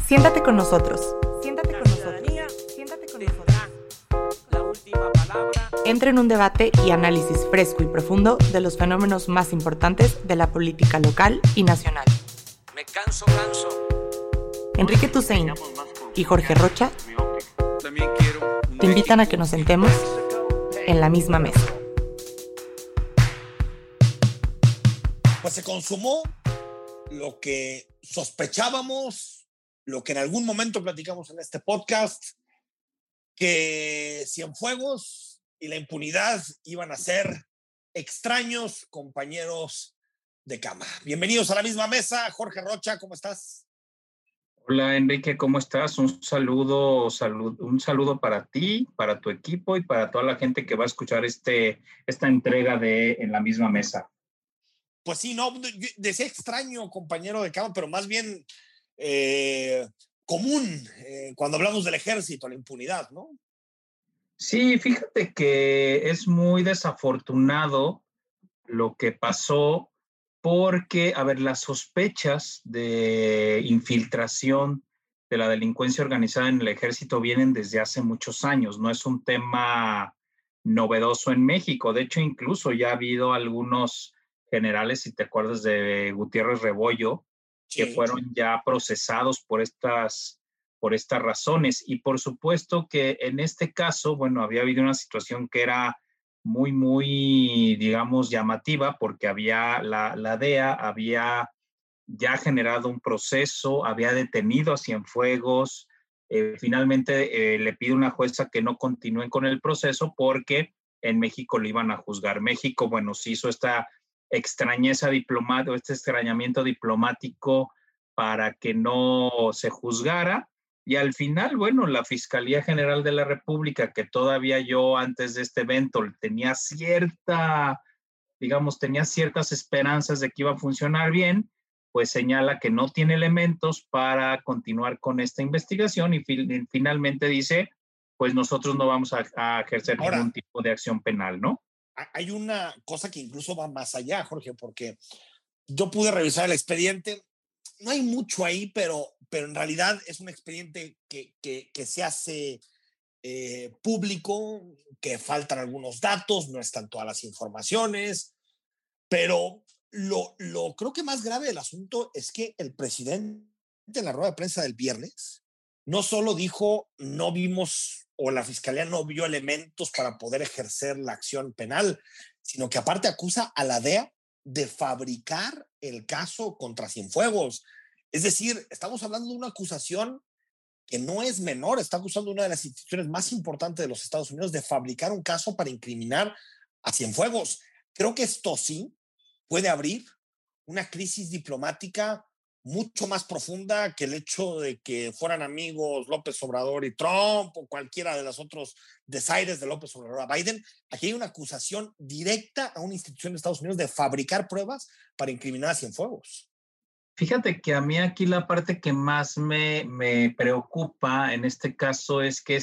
Siéntate con nosotros. Siéntate con nosotros. Siéntate con nosotros. La última palabra. Entra en un debate y análisis fresco y profundo de los fenómenos más importantes de la política local y nacional. Me canso. Enrique Tusain y Jorge Rocha También quiero te invitan a que nos sentemos en la misma mesa. Pues se consumó lo que sospechábamos, lo que en algún momento platicamos en este podcast, que Cienfuegos y la impunidad iban a ser extraños compañeros de cama. Bienvenidos a la misma mesa. Jorge Rocha, ¿cómo estás? Hola Enrique, ¿cómo estás? Un saludo para ti, para tu equipo y para toda la gente que va a escuchar esta entrega de En la misma mesa. Pues sí, no, decía extraño compañero de cama, pero más bien común cuando hablamos del ejército, la impunidad, ¿no? Sí, fíjate que es muy desafortunado lo que pasó porque, las sospechas de infiltración de la delincuencia organizada en el ejército vienen desde hace muchos años, no es un tema novedoso en México. De hecho, incluso ya ha habido algunos generales, si te acuerdas de Gutiérrez Rebollo, Sí. que fueron ya procesados por estas razones. Y por supuesto que en este caso, había habido una situación que era muy, digamos, llamativa, porque la DEA había ya generado un proceso, había detenido a Cienfuegos. Finalmente le pide una jueza que no continúen con el proceso porque en México lo iban a juzgar. México, se hizo esta extrañeza diplomática, este extrañamiento diplomático para que no se juzgara. Y al final, la Fiscalía General de la República, que todavía yo antes de este evento tenía ciertas esperanzas de que iba a funcionar bien, pues señala que no tiene elementos para continuar con esta investigación y finalmente dice, pues nosotros no vamos a ejercer ningún tipo de acción penal, ¿no? Hay una cosa que incluso va más allá, Jorge, porque yo pude revisar el expediente. No hay mucho ahí, pero en realidad es un expediente que se hace público, que faltan algunos datos, no están todas las informaciones, pero lo creo que más grave del asunto es que el presidente en la rueda de prensa del viernes no solo dijo no vimos o la fiscalía no vio elementos para poder ejercer la acción penal, sino que aparte acusa a la DEA de fabricar el caso contra Cienfuegos. Es decir, estamos hablando de una acusación que no es menor, está acusando a una de las instituciones más importantes de los Estados Unidos de fabricar un caso para incriminar a Cienfuegos. Creo que esto sí puede abrir una crisis diplomática mucho más profunda que el hecho de que fueran amigos López Obrador y Trump o cualquiera de los otros desaires de López Obrador a Biden. Aquí hay una acusación directa a una institución de Estados Unidos de fabricar pruebas para incriminar a Cienfuegos. Fíjate que a mí aquí la parte que más me preocupa en este caso es que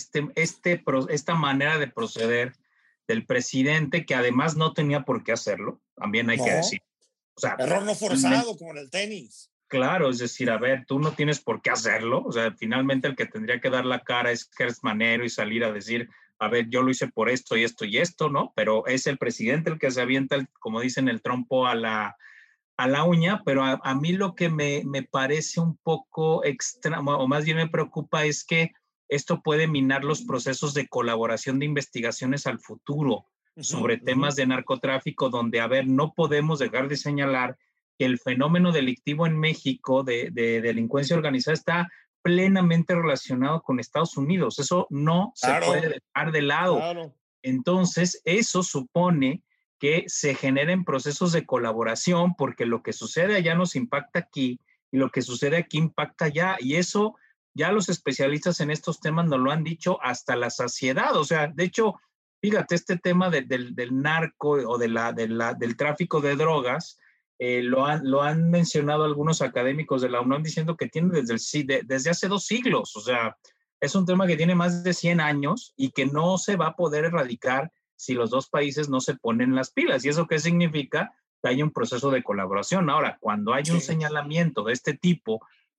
esta manera de proceder del presidente, que además no tenía por qué hacerlo, también hay que decir. O sea, error no forzado, como en el tenis. Claro, es decir, tú no tienes por qué hacerlo. O sea, finalmente el que tendría que dar la cara es Gertz Manero y salir a decir, yo lo hice por esto y esto y esto, ¿no? Pero es el presidente el que se avienta, como dicen, el trompo a la uña. Pero a mí lo que me parece un poco extraño, o más bien me preocupa, es que esto puede minar los procesos de colaboración de investigaciones al futuro sobre temas de narcotráfico, donde, no podemos dejar de señalar que el fenómeno delictivo en México de delincuencia organizada está plenamente relacionado con Estados Unidos. Eso no se puede dejar de lado. Claro. Entonces, eso supone que se generen procesos de colaboración, porque lo que sucede allá nos impacta aquí y lo que sucede aquí impacta allá. Y eso ya los especialistas en estos temas nos lo han dicho hasta la saciedad. O sea, de hecho, fíjate, este tema del narco o del tráfico de drogas, lo han mencionado algunos académicos de la UNAM diciendo que tiene desde hace 2 siglos. O sea, es un tema que tiene más de 100 años y que no se va a poder erradicar si los dos países no se ponen las pilas. ¿Y eso qué significa? Que hay un proceso de colaboración. Ahora, cuando hay un señalamiento de este tipo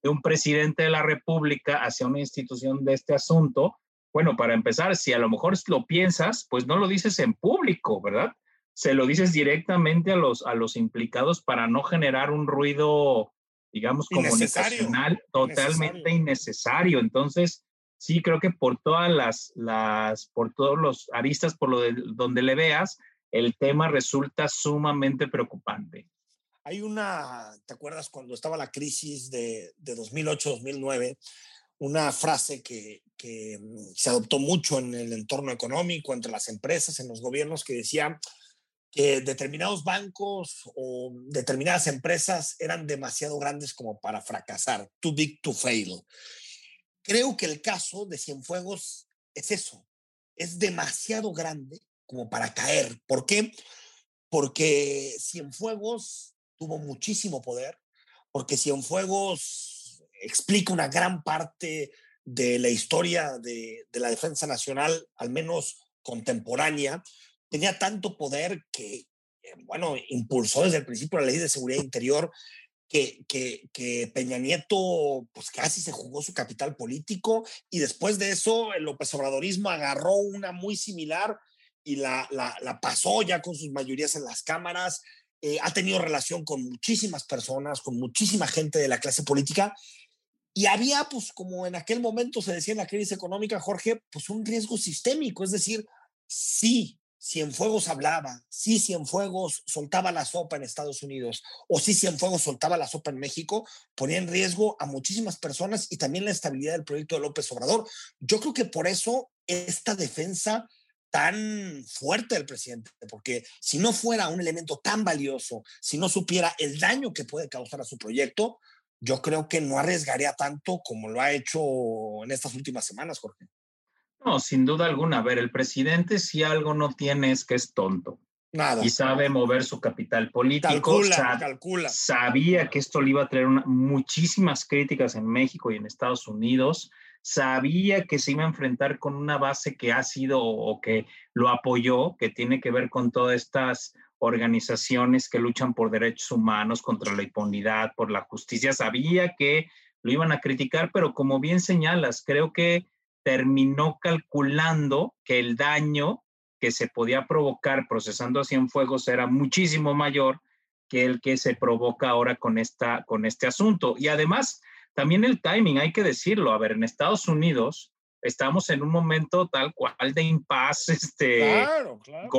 de un presidente de la República hacia una institución de este asunto. Bueno, para empezar, si a lo mejor lo piensas, pues no lo dices en público, ¿verdad? Se lo dices directamente a los implicados para no generar un ruido, digamos, comunicacional totalmente innecesario. Entonces, sí, creo que por todas por todos los aristas, donde le veas, el tema resulta sumamente preocupante. Hay ¿te acuerdas cuando estaba la crisis de 2008-2009? Una frase que se adoptó mucho en el entorno económico, entre las empresas, en los gobiernos, que decía que determinados bancos o determinadas empresas eran demasiado grandes como para fracasar, too big to fail. Creo que el caso de Cienfuegos es eso, es demasiado grande como para caer. ¿Por qué? Porque Cienfuegos tuvo muchísimo poder, porque Cienfuegos explica una gran parte de la historia de la defensa nacional, al menos contemporánea. Tenía tanto poder que, bueno, impulsó desde el principio la Ley de Seguridad Interior, que Peña Nieto pues casi se jugó su capital político, y después de eso el López Obradorismo agarró una muy similar y la pasó ya con sus mayorías en las cámaras. Ha tenido relación con muchísimas personas, con muchísima gente de la clase política, y había, pues como en aquel momento se decía en la crisis económica, Jorge, pues un riesgo sistémico. Es decir, sí, Cienfuegos hablaba, sí, Cienfuegos soltaba la sopa en Estados Unidos, o sí, Cienfuegos soltaba la sopa en México, ponía en riesgo a muchísimas personas y también la estabilidad del proyecto de López Obrador. Yo creo que por eso esta defensa tan fuerte del presidente, porque si no fuera un elemento tan valioso, si no supiera el daño que puede causar a su proyecto, yo creo que no arriesgaría tanto como lo ha hecho en estas últimas semanas, Jorge. No, sin duda alguna. A ver, el presidente, si algo no tiene, es que es tonto. Nada. Y sabe mover su capital político. Calcula. Sabía que esto le iba a traer muchísimas críticas en México y en Estados Unidos. Sabía que se iba a enfrentar con una base que ha sido o que lo apoyó, que tiene que ver con todas estas organizaciones que luchan por derechos humanos, contra la impunidad, por la justicia. Sabía que lo iban a criticar, pero como bien señalas, creo que terminó calculando que el daño que se podía provocar procesando a Cienfuegos era muchísimo mayor que el que se provoca ahora con este asunto. Y además, también el timing, hay que decirlo. A ver, en Estados Unidos estamos en un momento tal cual de impasse claro.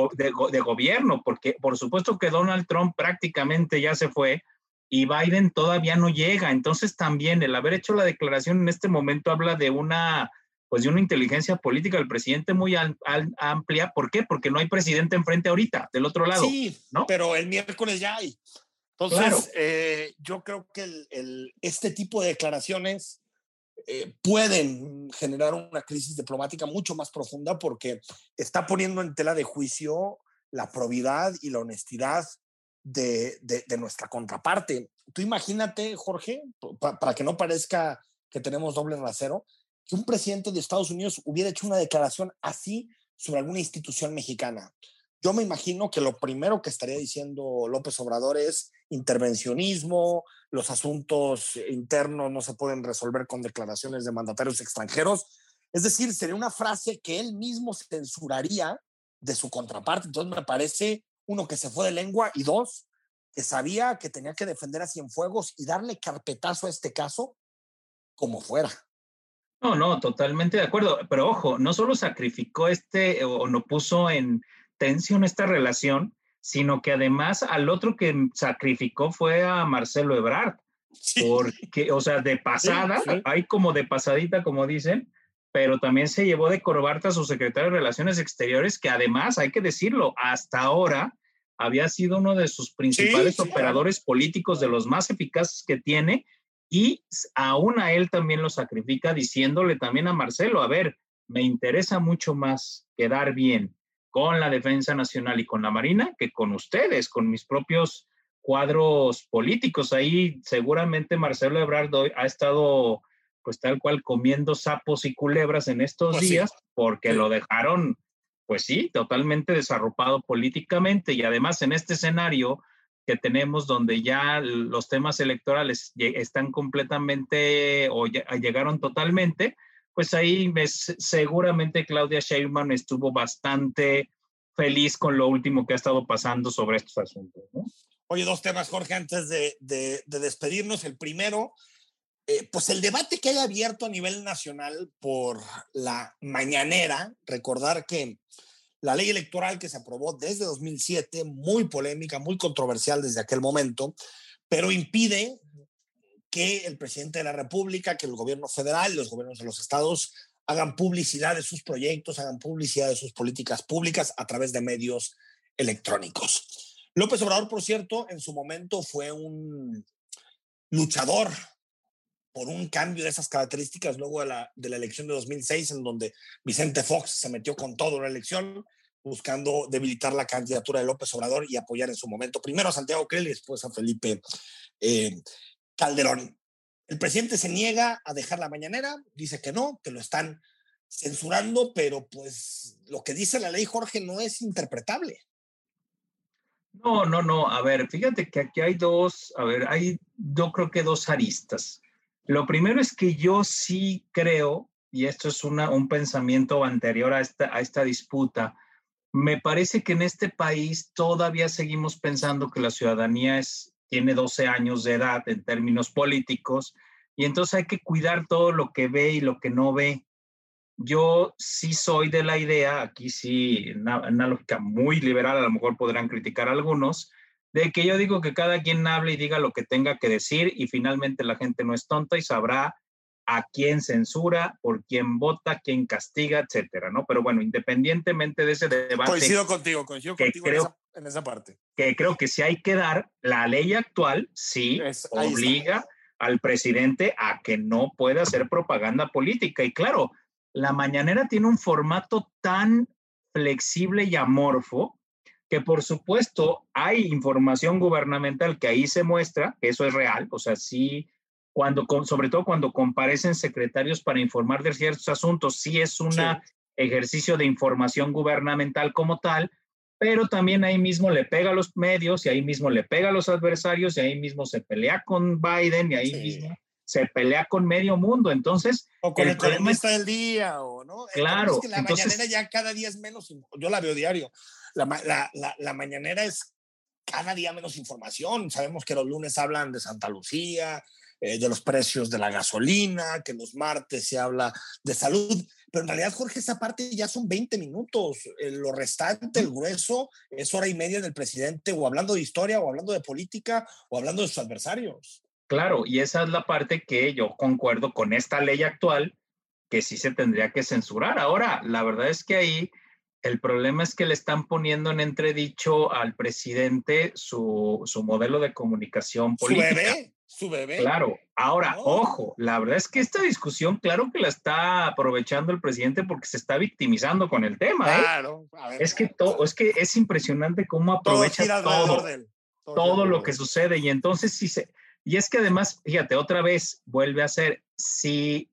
De gobierno, porque por supuesto que Donald Trump prácticamente ya se fue y Biden todavía no llega. Entonces también el haber hecho la declaración en este momento habla de una inteligencia política del presidente muy amplia. ¿Por qué? Porque no hay presidente enfrente ahorita, del otro lado. Sí, ¿no? Pero el miércoles ya hay. Entonces, claro. Yo creo que este tipo de declaraciones pueden generar una crisis diplomática mucho más profunda, porque está poniendo en tela de juicio la probidad y la honestidad de nuestra contraparte. Tú imagínate, Jorge, para que no parezca que tenemos doble rasero, que un presidente de Estados Unidos hubiera hecho una declaración así sobre alguna institución mexicana. Yo me imagino que lo primero que estaría diciendo López Obrador es intervencionismo, los asuntos internos no se pueden resolver con declaraciones de mandatarios extranjeros. Es decir, sería una frase que él mismo censuraría de su contraparte. Entonces me parece, uno, que se fue de lengua, y dos, que sabía que tenía que defender a Cienfuegos y darle carpetazo a este caso como fuera. No, totalmente de acuerdo. Pero ojo, no solo sacrificó o no puso en tensión esta relación, sino que además al otro que sacrificó fue a Marcelo Ebrard. Sí. Porque, o sea, de pasada, sí. Hay como de pasadita, como dicen, pero también se llevó de corbata a su secretario de Relaciones Exteriores, que además, hay que decirlo, hasta ahora había sido uno de sus principales operadores políticos, de los más eficaces que tiene, y aún a él también lo sacrifica, diciéndole también a Marcelo, a ver, me interesa mucho más quedar bien con la Defensa Nacional y con la Marina que con ustedes, con mis propios cuadros políticos. Ahí seguramente Marcelo Ebrard ha estado pues tal cual comiendo sapos y culebras en estos días, porque lo dejaron, pues sí, totalmente desarropado políticamente, y además en este escenario que tenemos donde ya los temas electorales están completamente o ya llegaron totalmente, pues ahí seguramente Claudia Sheinbaum estuvo bastante feliz con lo último que ha estado pasando sobre estos asuntos, ¿no? Oye, dos temas, Jorge, antes de despedirnos. El primero, pues el debate que hay abierto a nivel nacional por la mañanera. Recordar que la ley electoral que se aprobó desde 2007, muy polémica, muy controversial desde aquel momento, pero impide que el presidente de la República, que el gobierno federal, los gobiernos de los estados hagan publicidad de sus proyectos, hagan publicidad de sus políticas públicas a través de medios electrónicos. López Obrador, por cierto, en su momento fue un luchador por un cambio de esas características luego de la elección de 2006, en donde Vicente Fox se metió con todo en la elección, buscando debilitar la candidatura de López Obrador y apoyar en su momento primero a Santiago Krill y después a Felipe Calderón. El presidente se niega a dejar la mañanera, dice que no, que lo están censurando, pero pues lo que dice la ley, Jorge, no es interpretable. No. A ver, fíjate que aquí hay yo creo que dos aristas. Lo primero es que yo sí creo, y esto es un pensamiento anterior a esta disputa, me parece que en este país todavía seguimos pensando que la ciudadanía tiene 12 años de edad en términos políticos, y entonces hay que cuidar todo lo que ve y lo que no ve. Yo sí soy de la idea, aquí sí, una lógica muy liberal, a lo mejor podrán criticar a algunos, de que yo digo que cada quien hable y diga lo que tenga que decir, y finalmente la gente no es tonta y sabrá a quién censura, por quién vota, quién castiga, etcétera, ¿no? Pero bueno, independientemente de ese debate... Coincido contigo en esa parte. Que creo que sí hay que dar, la ley actual sí obliga al presidente a que no pueda hacer propaganda política. Y claro, la mañanera tiene un formato tan flexible y amorfo que por supuesto hay información gubernamental que ahí se muestra, que eso es real, o sea, sí, sobre todo cuando comparecen secretarios para informar de ciertos asuntos, sí es un ejercicio de información gubernamental como tal, pero también ahí mismo le pega a los medios y ahí mismo le pega a los adversarios y ahí mismo se pelea con Biden y ahí mismo se pelea con medio mundo. Entonces, o con el columnista del día, o no. Claro. Es que la mañanera ya cada día es menos, yo la veo diario. La mañanera es cada día menos información. Sabemos que los lunes hablan de Santa Lucía, de los precios de la gasolina, que los martes se habla de salud, pero en realidad, Jorge, esa parte ya son 20 minutos. Lo restante, el grueso, es hora y media del presidente o hablando de historia, o hablando de política, o hablando de sus adversarios. Claro, y esa es la parte que yo concuerdo con esta ley actual, que sí se tendría que censurar. Ahora, la verdad es que ahí el problema es que le están poniendo en entredicho al presidente su modelo de comunicación política. Su bebé. Claro. Ahora, ojo, la verdad es que esta discusión, claro que la está aprovechando el presidente porque se está victimizando con el tema. Claro. Es que es impresionante cómo aprovecha todo lo que sucede. Y entonces y es que además, fíjate, otra vez vuelve a ser, si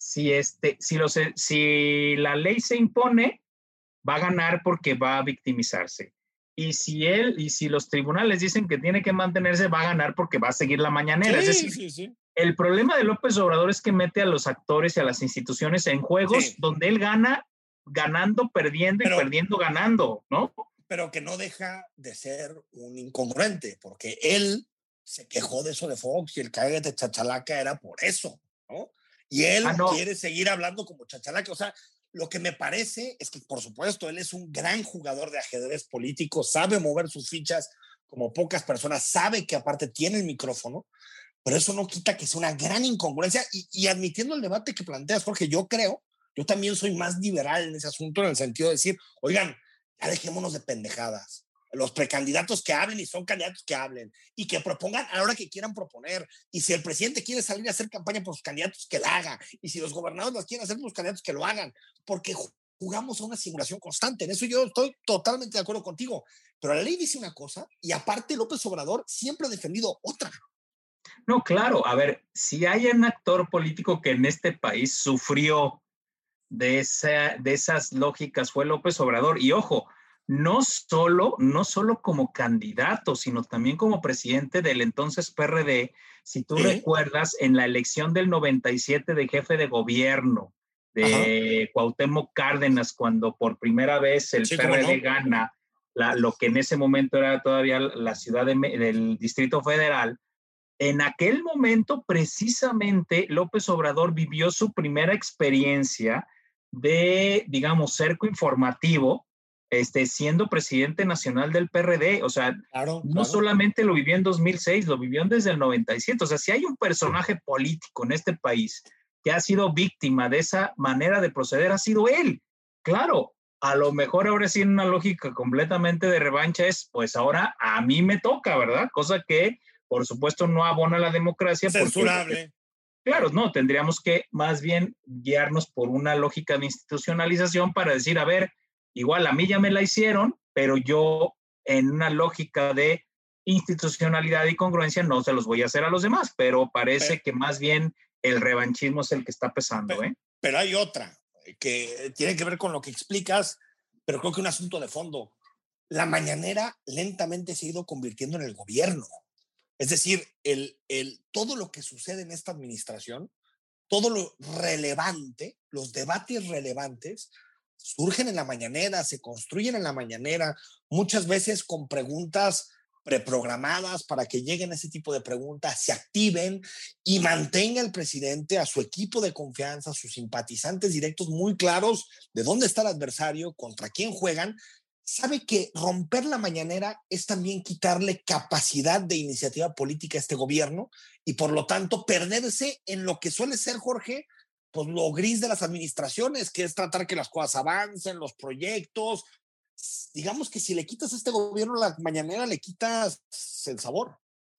la ley se impone, va a ganar porque va a victimizarse. Y si los tribunales dicen que tiene que mantenerse, va a ganar porque va a seguir la mañanera. Es decir, el problema de López Obrador es que mete a los actores y a las instituciones en juegos donde él gana ganando, perdiendo y perdiendo, ganando, ¿no? Pero que no deja de ser un incongruente, porque él se quejó de eso de Fox y el cállate de chachalaca era por eso, ¿no? Y él quiere seguir hablando como chachalaca. O sea, lo que me parece es que, por supuesto, él es un gran jugador de ajedrez político, sabe mover sus fichas como pocas personas, sabe que aparte tiene el micrófono, pero eso no quita que sea una gran incongruencia. Y admitiendo el debate que planteas, Jorge, yo también soy más liberal en ese asunto, en el sentido de decir, oigan, ya dejémonos de pendejadas. Los precandidatos que hablen y son candidatos que hablen y que propongan a la hora que quieran proponer. Y si el presidente quiere salir a hacer campaña por sus candidatos, que la haga. Y si los gobernadores las quieren hacer por sus candidatos, que lo hagan. Porque jugamos a una simulación constante. En eso yo estoy totalmente de acuerdo contigo. Pero la ley dice una cosa y aparte López Obrador siempre ha defendido otra. No, claro. A ver, si hay un actor político que en este país sufrió de esas lógicas, fue López Obrador. Y ojo, no solo como candidato, sino también como presidente del entonces PRD. Si tú recuerdas, en la elección del 97 de jefe de gobierno de Cuauhtémoc Cárdenas, cuando por primera vez el PRD gana lo que en ese momento era todavía la ciudad del Distrito Federal, en aquel momento precisamente López Obrador vivió su primera experiencia de, digamos, cerco informativo, siendo presidente nacional del PRD. O sea, no solamente lo vivió en 2006, lo vivió desde el 97. O sea, si hay un personaje político en este país que ha sido víctima de esa manera de proceder, ha sido él. Claro, a lo mejor ahora sí en una lógica completamente de revancha es, pues ahora a mí me toca, ¿verdad? Cosa que, por supuesto, no abona la democracia. Censurable. Claro, no, tendríamos que más bien guiarnos por una lógica de institucionalización para decir, a ver, igual a mí ya me la hicieron, pero yo en una lógica de institucionalidad y congruencia no se los voy a hacer a los demás, pero parece que más bien el revanchismo es el que está pesando. Pero hay otra que tiene que ver con lo que explicas, pero creo que un asunto de fondo. La mañanera lentamente se ha ido convirtiendo en el gobierno. Es decir, todo lo que sucede en esta administración, todo lo relevante, los debates relevantes, surgen en la mañanera, se construyen en la mañanera, muchas veces con preguntas preprogramadas para que lleguen ese tipo de preguntas, se activen y mantenga el presidente a su equipo de confianza, a sus simpatizantes directos muy claros de dónde está el adversario, contra quién juegan. Sabe que romper la mañanera es también quitarle capacidad de iniciativa política a este gobierno y por lo tanto perderse en lo que suele ser, Jorge, pues lo gris de las administraciones, que es tratar que las cosas avancen, los proyectos. Digamos que si le quitas a este gobierno la mañanera, le quitas el sabor.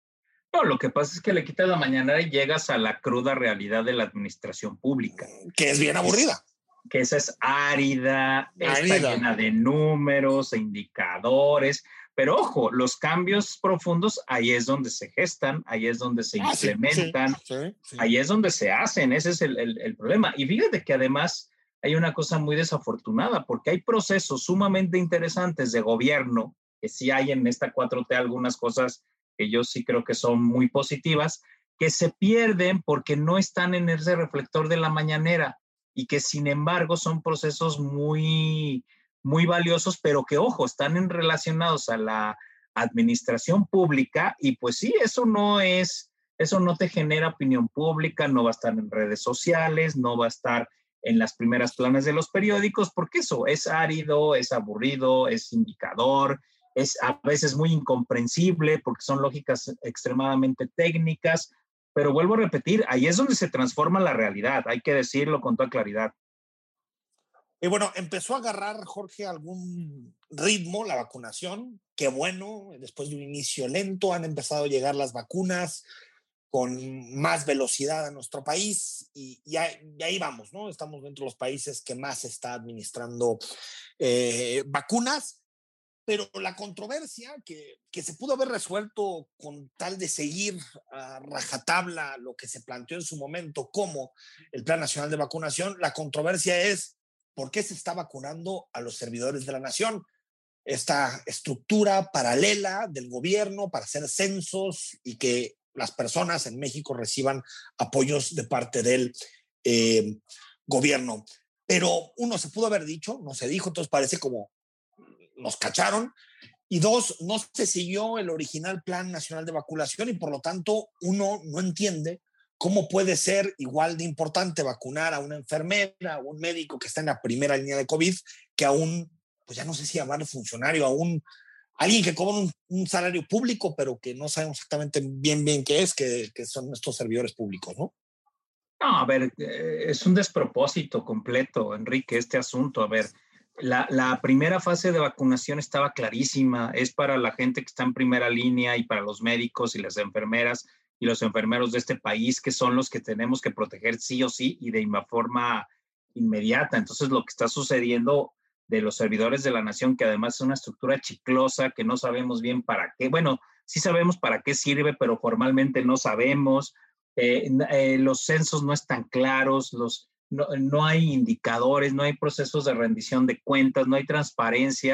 No, lo que pasa es que le quitas la mañanera y llegas a la cruda realidad de la administración pública. Que es bien aburrida. Que esa es árida, está llena de números, de indicadores, pero ojo, los cambios profundos, ahí es donde se gestan, ahí es donde se implementan, ahí es donde se hacen, ese es el problema. Y fíjate que además hay una cosa muy desafortunada, porque hay procesos sumamente interesantes de gobierno, que sí hay en esta 4T algunas cosas que yo sí creo que son muy positivas, que se pierden porque no están en ese reflector de la mañanera, y que sin embargo son procesos muy, muy valiosos, pero que, ojo, están relacionados a la administración pública y pues sí, eso no te genera opinión pública, no va a estar en redes sociales, no va a estar en las primeras planas de los periódicos, porque eso es árido, es aburrido, es indicador, es a veces muy incomprensible porque son lógicas extremadamente técnicas. Pero vuelvo a repetir, ahí es donde se transforma la realidad, hay que decirlo con toda claridad. Y bueno, empezó a agarrar, Jorge, algún ritmo la vacunación. Qué bueno, después de un inicio lento han empezado a llegar las vacunas con más velocidad a nuestro país y ahí vamos, ¿no? Estamos dentro de los países que más se está administrando vacunas. Pero la controversia que se pudo haber resuelto con tal de seguir a rajatabla lo que se planteó en su momento como el Plan Nacional de Vacunación, la controversia es por qué se está vacunando a los servidores de la nación. Esta estructura paralela del gobierno para hacer censos y que las personas en México reciban apoyos de parte del gobierno. Pero uno, se pudo haber dicho, no se dijo, entonces parece como nos cacharon, y dos, no se siguió el original Plan Nacional de Vacunación y por lo tanto uno no entiende cómo puede ser igual de importante vacunar a una enfermera o un médico que está en la primera línea de COVID que a un, pues ya no sé si llamarlo funcionario, a alguien que cobra un salario público pero que no sabemos exactamente bien qué es, que son estos servidores públicos, ¿no? No, a ver, es un despropósito completo, Enrique, este asunto. A ver, la primera fase de vacunación estaba clarísima, es para la gente que está en primera línea y para los médicos y las enfermeras y los enfermeros de este país, que son los que tenemos que proteger sí o sí y de forma inmediata. Entonces, lo que está sucediendo de los servidores de la nación, que además es una estructura chiclosa, que no sabemos bien para qué, bueno, sí sabemos para qué sirve, pero formalmente no sabemos, los censos no están claros, no hay indicadores, no hay procesos de rendición de cuentas, no hay transparencia.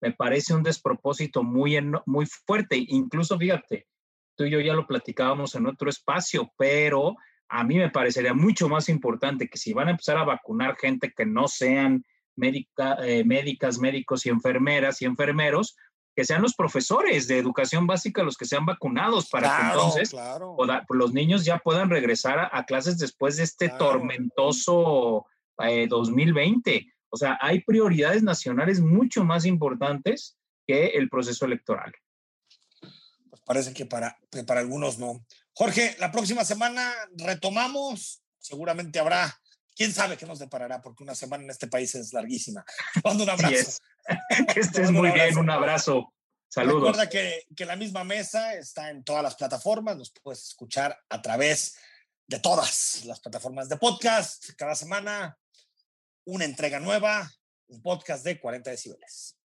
me parece un despropósito muy fuerte. Incluso, fíjate, tú y yo ya lo platicábamos en otro espacio, pero a mí me parecería mucho más importante que si van a empezar a vacunar gente que no sean médicas, médicos y enfermeras y enfermeros, que sean los profesores de educación básica los que sean vacunados para que entonces los niños ya puedan regresar a clases después de este tormentoso 2020. O sea, hay prioridades nacionales mucho más importantes que el proceso electoral. Pues parece que para algunos no. Jorge, la próxima semana retomamos, seguramente habrá, quién sabe qué nos deparará, porque una semana en este país es larguísima. Te mando un abrazo. Yes. Que estés muy bien, un abrazo. Saludos. Recuerda que la misma mesa está en todas las plataformas, nos puedes escuchar a través de todas las plataformas de podcast. Cada semana una entrega nueva, un podcast de 40 decibeles.